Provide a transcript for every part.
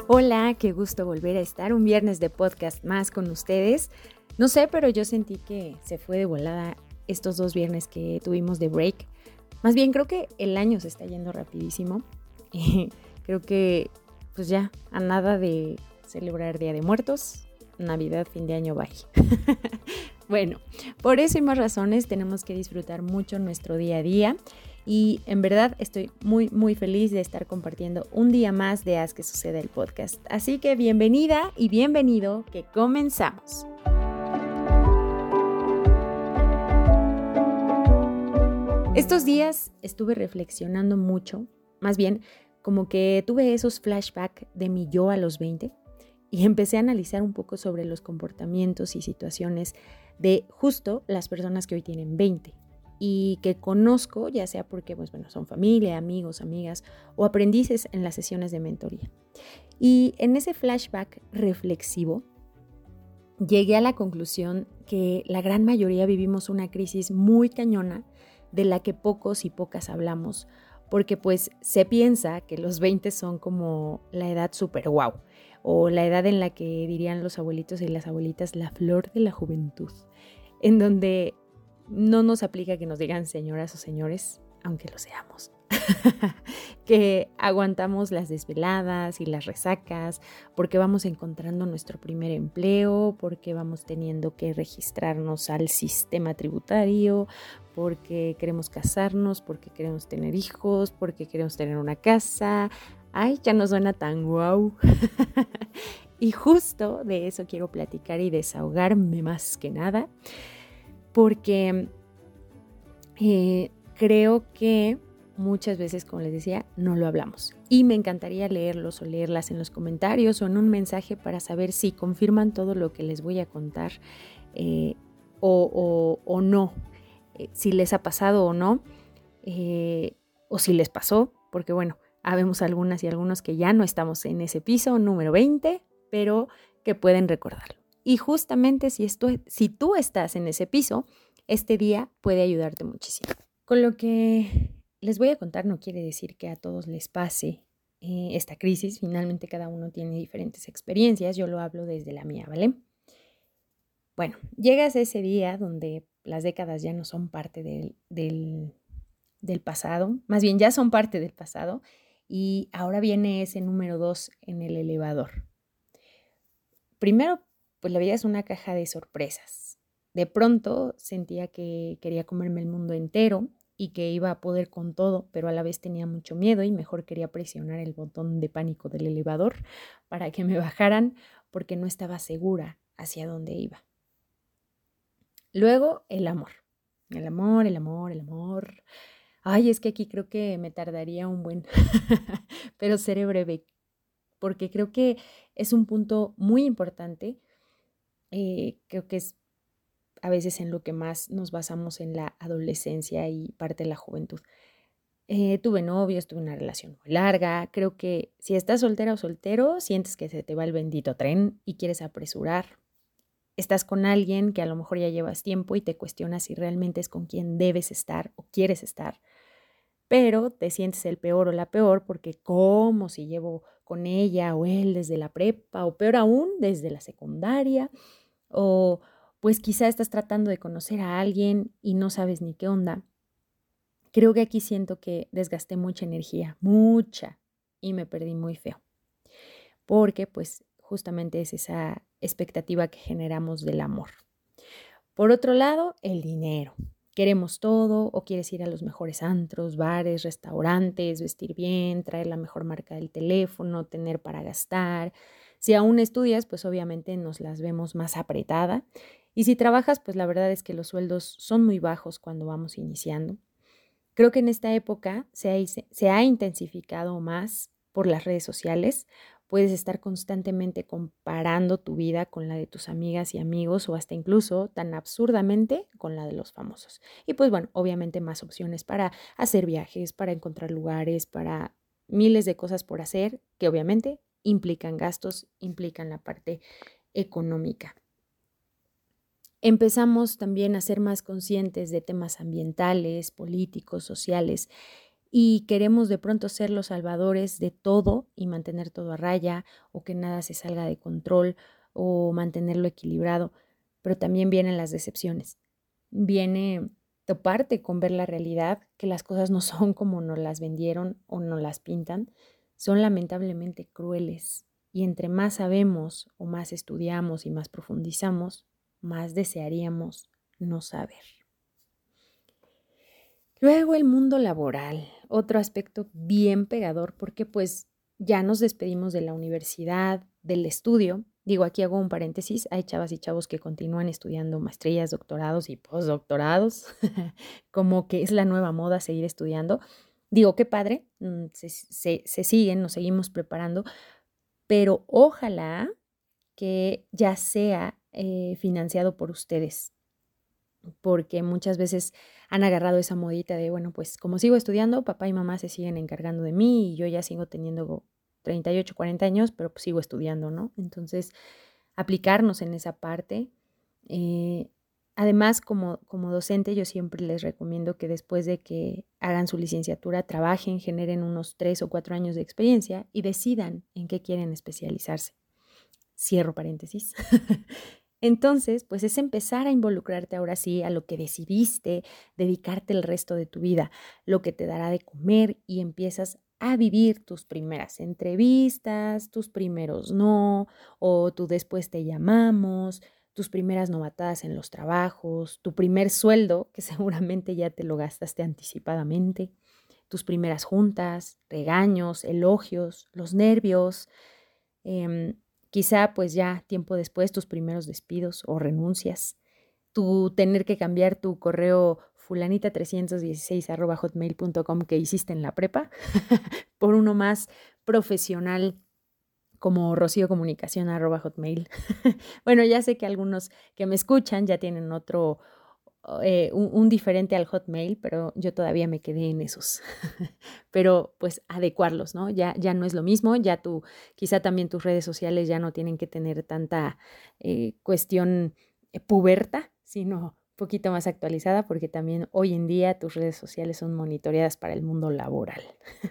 Hola, qué gusto volver a estar un viernes de podcast más con ustedes. No sé, pero yo sentí que se fue de volada estos 2 viernes que tuvimos de break. Más bien creo que el año se está yendo rapidísimo. Creo que pues ya a nada de celebrar Día de Muertos, Navidad, fin de año, bye. Bueno, por eso y más razones tenemos que disfrutar mucho nuestro día a día. Y en verdad estoy muy feliz de estar compartiendo un día más de Haz que Suceda el podcast. Así que bienvenida y bienvenido, que comenzamos. Estos días estuve reflexionando mucho, más bien como que tuve esos flashbacks de mi yo a los 20 y empecé a analizar un poco sobre los comportamientos y situaciones de justo las personas que hoy tienen 20. Y que conozco, ya sea porque son familia, amigos, amigas o aprendices en las sesiones de mentoría. Y en ese flashback reflexivo, llegué a la conclusión que la gran mayoría vivimos una crisis muy cañona de la que pocos y pocas hablamos, porque pues se piensa que los 20 son como la edad súper guau, o la edad en la que dirían los abuelitos y las abuelitas la flor de la juventud, en donde no nos aplica que nos digan señoras o señores, aunque lo seamos. Que aguantamos las desveladas y las resacas, porque vamos encontrando nuestro primer empleo, porque vamos teniendo que registrarnos al sistema tributario, porque queremos casarnos, porque queremos tener hijos, porque queremos tener una casa. Ay, ya no suena tan guau. Y justo de eso quiero platicar y desahogarme más que nada, porque creo que muchas veces, como les decía, no lo hablamos. Y me encantaría leerlos o leerlas en los comentarios o en un mensaje para saber si confirman todo lo que les voy a contar o no, si les ha pasado o no, o si les pasó, porque habemos algunas y algunos que ya no estamos en ese piso número 20, pero que pueden recordarlo. Y justamente si tú estás en ese piso, este día puede ayudarte muchísimo. Con lo que les voy a contar no quiere decir que a todos les pase esta crisis. Finalmente cada uno tiene diferentes experiencias. Yo lo hablo desde la mía, ¿vale? Bueno, llegas a ese día donde las décadas ya no son parte del pasado. Más bien ya son parte del pasado. Y ahora viene ese número 2 en el elevador. Primero, pues la vida es una caja de sorpresas. De pronto sentía que quería comerme el mundo entero y que iba a poder con todo, pero a la vez tenía mucho miedo y mejor quería presionar el botón de pánico del elevador para que me bajaran porque no estaba segura hacia dónde iba. Luego, el amor. El amor. Ay, es que aquí creo que me tardaría un buen, pero seré breve, porque creo que es un punto muy importante. Creo que es a veces en lo que más nos basamos en la adolescencia y parte de la juventud. Tuve novios, tuve una relación muy larga. Creo que si estás soltera o soltero, sientes que se te va el bendito tren y quieres apresurar. Estás con alguien que a lo mejor ya llevas tiempo y te cuestionas si realmente es con quien debes estar o quieres estar, pero te sientes el peor o la peor porque como si llevo con ella o él desde la prepa o peor aún desde la secundaria, o pues quizá estás tratando de conocer a alguien y no sabes ni qué onda. Creo que aquí siento que desgasté mucha energía, mucha, y me perdí muy feo, porque pues justamente es esa expectativa que generamos del amor. Por otro lado, el dinero. Queremos todo o quieres ir a los mejores antros, bares, restaurantes, vestir bien, traer la mejor marca del teléfono, tener para gastar. Si aún estudias, pues obviamente nos las vemos más apretada. Y si trabajas, pues la verdad es que los sueldos son muy bajos cuando vamos iniciando. Creo que en esta época se ha intensificado más por las redes sociales. Puedes estar constantemente comparando tu vida con la de tus amigas y amigos o hasta incluso tan absurdamente con la de los famosos. Y pues obviamente más opciones para hacer viajes, para encontrar lugares, para miles de cosas por hacer que obviamente implican gastos, implican la parte económica. Empezamos también a ser más conscientes de temas ambientales, políticos, sociales, y queremos de pronto ser los salvadores de todo y mantener todo a raya o que nada se salga de control o mantenerlo equilibrado, pero también vienen las decepciones. Viene toparte con ver la realidad, que las cosas no son como nos las vendieron o nos las pintan, son lamentablemente crueles y entre más sabemos o más estudiamos y más profundizamos, más desearíamos no saber. Luego el mundo laboral, otro aspecto bien pegador porque pues ya nos despedimos de la universidad, del estudio. Digo, aquí hago un paréntesis, hay chavas y chavos que continúan estudiando maestrías, doctorados y postdoctorados, como que es la nueva moda seguir estudiando. Digo, qué padre, se siguen, nos seguimos preparando, pero ojalá que ya sea financiado por ustedes, porque muchas veces han agarrado esa modita de, bueno, pues como sigo estudiando, papá y mamá se siguen encargando de mí y yo ya sigo teniendo 38, 40 años, pero pues sigo estudiando, ¿no? Entonces, aplicarnos en esa parte. Eh, Además, como docente, yo siempre les recomiendo que después de que hagan su licenciatura, trabajen, generen unos 3 o 4 años de experiencia y decidan en qué quieren especializarse. Cierro paréntesis. Entonces, pues es empezar a involucrarte ahora sí a lo que decidiste, dedicarte el resto de tu vida, lo que te dará de comer y empiezas a vivir tus primeras entrevistas, tus primeros no, o tu después te llamamos, tus primeras novatadas en los trabajos, tu primer sueldo, que seguramente ya te lo gastaste anticipadamente, tus primeras juntas, regaños, elogios, los nervios, eh, quizá pues ya tiempo después tus primeros despidos o renuncias, tu tener que cambiar tu correo fulanita316@hotmail.com que hiciste en la prepa por uno más profesional como rociocomunicación@hotmail. Bueno, ya sé que algunos que me escuchan ya tienen otro, un diferente al Hotmail, pero yo todavía me quedé en esos. Pero pues adecuarlos, ¿no? Ya no es lo mismo, ya tú, quizá también tus redes sociales ya no tienen que tener tanta cuestión puberta, sino un poquito más actualizada, porque también hoy en día tus redes sociales son monitoreadas para el mundo laboral.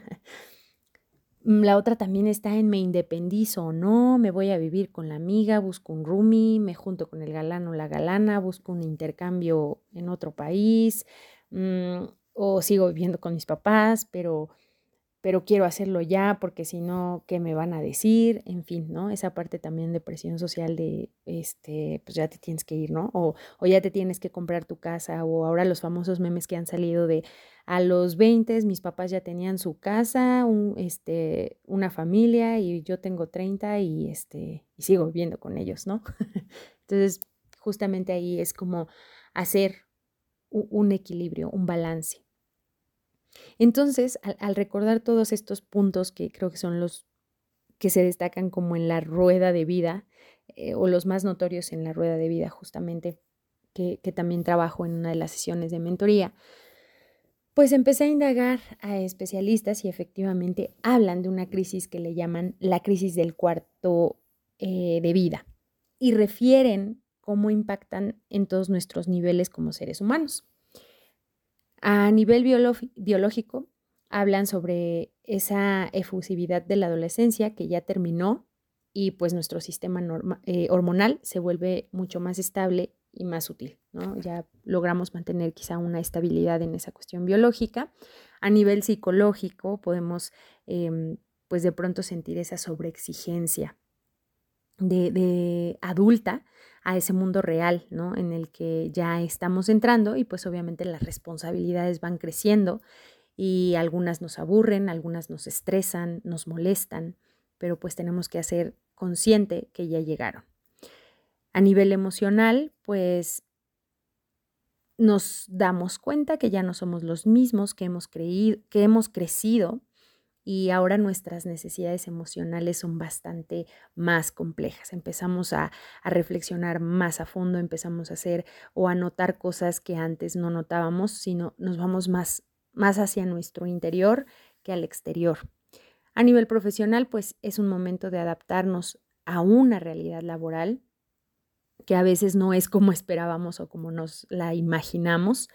La otra también está en me independizo o no, me voy a vivir con la amiga, busco un roomie, me junto con el galán o la galana, busco un intercambio en otro país, o sigo viviendo con mis papás, pero quiero hacerlo ya porque si no, ¿qué me van a decir? En fin, ¿no? Esa parte también de presión social de, pues ya te tienes que ir, ¿no? O ya te tienes que comprar tu casa, o ahora los famosos memes que han salido de a los 20 mis papás ya tenían su casa, una familia y yo tengo 30 y sigo viviendo con ellos, ¿no? Entonces, justamente ahí es como hacer un equilibrio, un balance. Entonces, al recordar todos estos puntos que creo que son los que se destacan como en la rueda de vida, o los más notorios en la rueda de vida, justamente, que también trabajo en una de las sesiones de mentoría, pues empecé a indagar a especialistas y efectivamente hablan de una crisis que le llaman la crisis del cuarto de vida y refieren cómo impactan en todos nuestros niveles como seres humanos. A nivel biológico, hablan sobre esa efusividad de la adolescencia que ya terminó y pues nuestro sistema hormonal se vuelve mucho más estable y más útil, ¿no? Ya logramos mantener quizá una estabilidad en esa cuestión biológica. A nivel psicológico podemos pues de pronto sentir esa sobreexigencia de adulta a ese mundo real, ¿no? En el que ya estamos entrando y pues obviamente las responsabilidades van creciendo y algunas nos aburren, algunas nos estresan, nos molestan, pero pues tenemos que hacer consciente que ya llegaron. A nivel emocional, pues nos damos cuenta que ya no somos los mismos que hemos crecido y ahora nuestras necesidades emocionales son bastante más complejas. Empezamos a reflexionar más a fondo, empezamos a hacer o a notar cosas que antes no notábamos, sino nos vamos más hacia nuestro interior que al exterior. A nivel profesional, pues es un momento de adaptarnos a una realidad laboral que a veces no es como esperábamos o como nos la imaginamos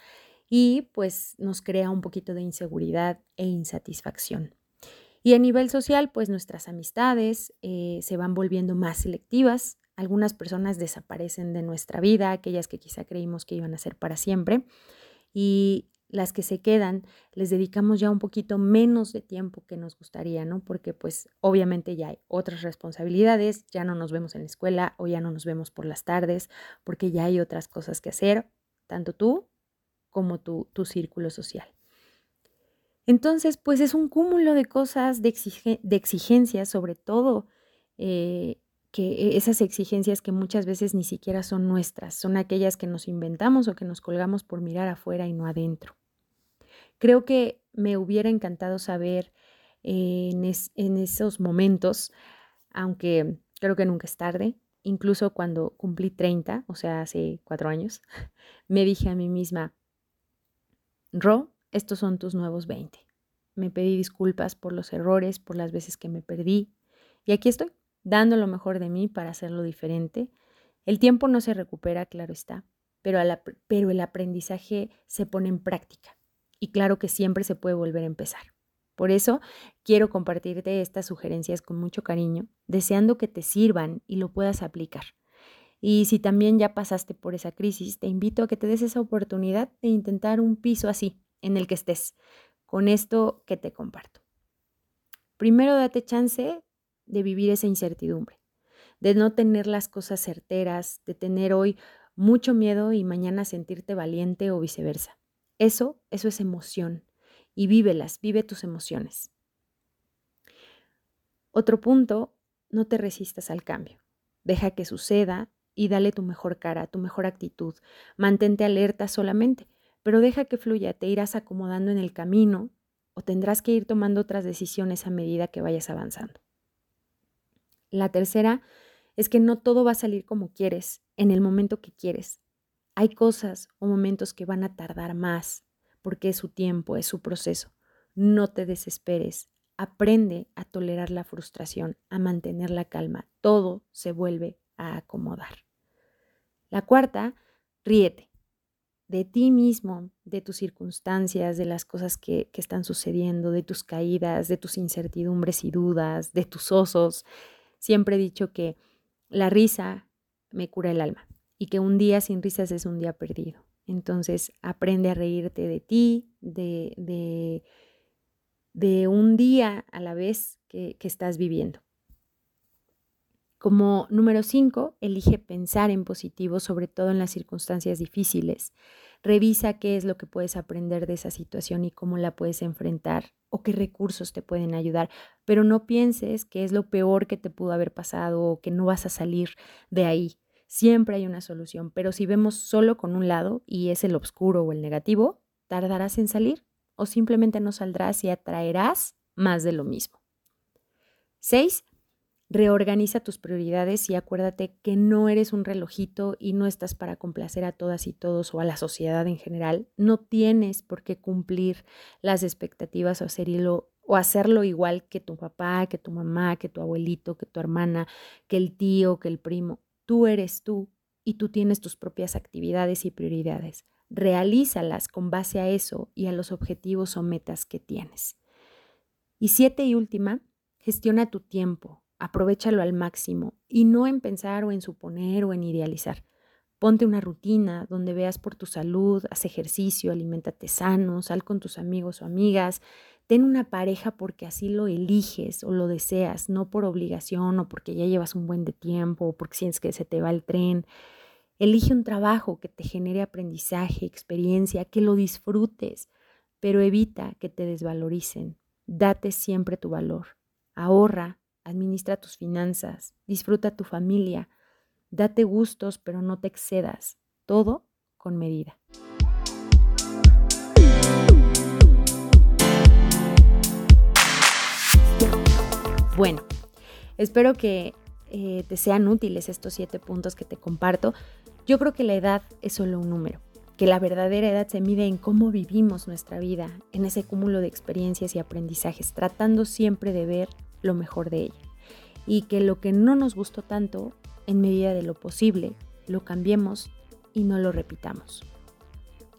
y pues nos crea un poquito de inseguridad e insatisfacción. Y a nivel social, pues nuestras amistades se van volviendo más selectivas. Algunas personas desaparecen de nuestra vida, aquellas que quizá creímos que iban a ser para siempre, y las que se quedan les dedicamos ya un poquito menos de tiempo que nos gustaría, ¿no? Porque pues obviamente ya hay otras responsabilidades, ya no nos vemos en la escuela o ya no nos vemos por las tardes, porque ya hay otras cosas que hacer, tanto tú como tu círculo social. Entonces, pues es un cúmulo de cosas, de exigencias, sobre todo que esas exigencias que muchas veces ni siquiera son nuestras, son aquellas que nos inventamos o que nos colgamos por mirar afuera y no adentro. Creo que me hubiera encantado saber en esos momentos, aunque creo que nunca es tarde, incluso cuando cumplí 30, o sea, hace 4 años, me dije a mí misma, Ro, estos son tus nuevos 20. Me pedí disculpas por los errores, por las veces que me perdí. Y aquí estoy, dando lo mejor de mí para hacerlo diferente. El tiempo no se recupera, claro está, pero el aprendizaje se pone en práctica. Y claro que siempre se puede volver a empezar. Por eso quiero compartirte estas sugerencias con mucho cariño, deseando que te sirvan y lo puedas aplicar. Y si también ya pasaste por esa crisis, te invito a que te des esa oportunidad de intentar un piso así, en el que estés, con esto que te comparto. Primero, date chance de vivir esa incertidumbre, de no tener las cosas certeras, de tener hoy mucho miedo y mañana sentirte valiente o viceversa. Eso es emoción y vívelas, vive tus emociones. Otro punto, no te resistas al cambio. Deja que suceda y dale tu mejor cara, tu mejor actitud. Mantente alerta solamente, pero deja que fluya, te irás acomodando en el camino o tendrás que ir tomando otras decisiones a medida que vayas avanzando. La tercera es que no todo va a salir como quieres, en el momento que quieres. Hay cosas o momentos que van a tardar más, porque es su tiempo, es su proceso. No te desesperes. Aprende a tolerar la frustración, a mantener la calma. Todo se vuelve a acomodar. La cuarta, ríete de ti mismo, de tus circunstancias, de las cosas que están sucediendo, de tus caídas, de tus incertidumbres y dudas, de tus osos. Siempre he dicho que la risa me cura el alma y que un día sin risas es un día perdido. Entonces aprende a reírte de ti, de un día a la vez que estás viviendo. Como número 5, elige pensar en positivo, sobre todo en las circunstancias difíciles. Revisa qué es lo que puedes aprender de esa situación y cómo la puedes enfrentar o qué recursos te pueden ayudar. Pero no pienses que es lo peor que te pudo haber pasado o que no vas a salir de ahí. Siempre hay una solución, pero si vemos solo con un lado y es el oscuro o el negativo, tardarás en salir o simplemente no saldrás y atraerás más de lo mismo. 6. Reorganiza tus prioridades y acuérdate que no eres un relojito y no estás para complacer a todas y todos o a la sociedad en general. No tienes por qué cumplir las expectativas o hacerlo igual que tu papá, que tu mamá, que tu abuelito, que tu hermana, que el tío, que el primo. Tú eres tú y tú tienes tus propias actividades y prioridades. Realízalas con base a eso y a los objetivos o metas que tienes. Y 7 y última, gestiona tu tiempo. Aprovéchalo al máximo y no en pensar o en suponer o en idealizar. Ponte una rutina donde veas por tu salud, haz ejercicio, aliméntate sano, sal con tus amigos o amigas, ten una pareja porque así lo eliges o lo deseas, no por obligación o porque ya llevas un buen de tiempo o porque sientes que se te va el tren. Elige un trabajo que te genere aprendizaje, experiencia, que lo disfrutes, pero evita que te desvaloricen. Date siempre tu valor. Ahorra. Administra tus finanzas, disfruta tu familia, date gustos, pero no te excedas. Todo con medida. Bueno, espero que te sean útiles estos 7 puntos que te comparto. Yo creo que la edad es solo un número, que la verdadera edad se mide en cómo vivimos nuestra vida, en ese cúmulo de experiencias y aprendizajes, tratando siempre de ver lo mejor de ella. Y que lo que no nos gustó tanto, en medida de lo posible, lo cambiemos y no lo repitamos.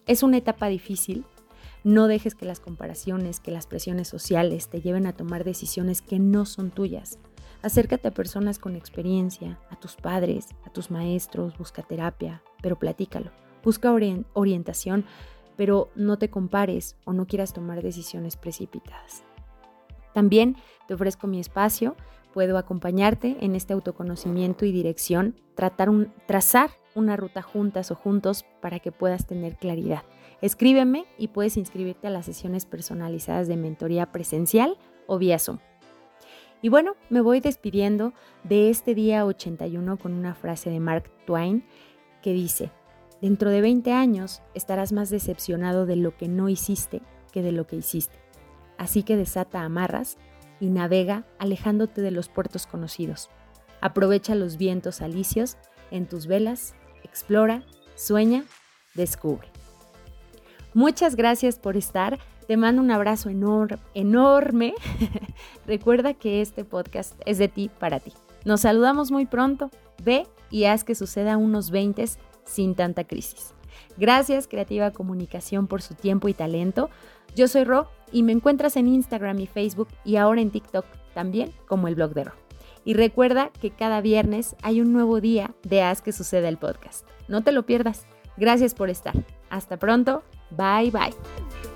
Es una etapa difícil. No dejes que las comparaciones, que las presiones sociales te lleven a tomar decisiones que no son tuyas. Acércate a personas con experiencia, a tus padres, a tus maestros, busca terapia, pero platícalo. Busca orientación, pero no te compares o no quieras tomar decisiones precipitadas. También te ofrezco mi espacio, puedo acompañarte en este autoconocimiento y dirección, trazar una ruta juntas o juntos para que puedas tener claridad. Escríbeme y puedes inscribirte a las sesiones personalizadas de mentoría presencial o vía Zoom. Y bueno, me voy despidiendo de este día 81 con una frase de Mark Twain que dice: dentro de 20 años estarás más decepcionado de lo que no hiciste que de lo que hiciste. Así que desata amarras y navega alejándote de los puertos conocidos. Aprovecha los vientos alisios en tus velas, explora, sueña, descubre. Muchas gracias por estar. Te mando un abrazo enorme. Recuerda que este podcast es de ti para ti. Nos saludamos muy pronto. Ve y haz que suceda unos 20 sin tanta crisis. Gracias, Creativa Comunicación, por su tiempo y talento. Yo soy Ro y me encuentras en Instagram y Facebook y ahora en TikTok también como el blog de Ro. Y recuerda que cada viernes hay un nuevo día de Haz que suceda el podcast. No te lo pierdas. Gracias por estar. Hasta pronto. Bye, bye.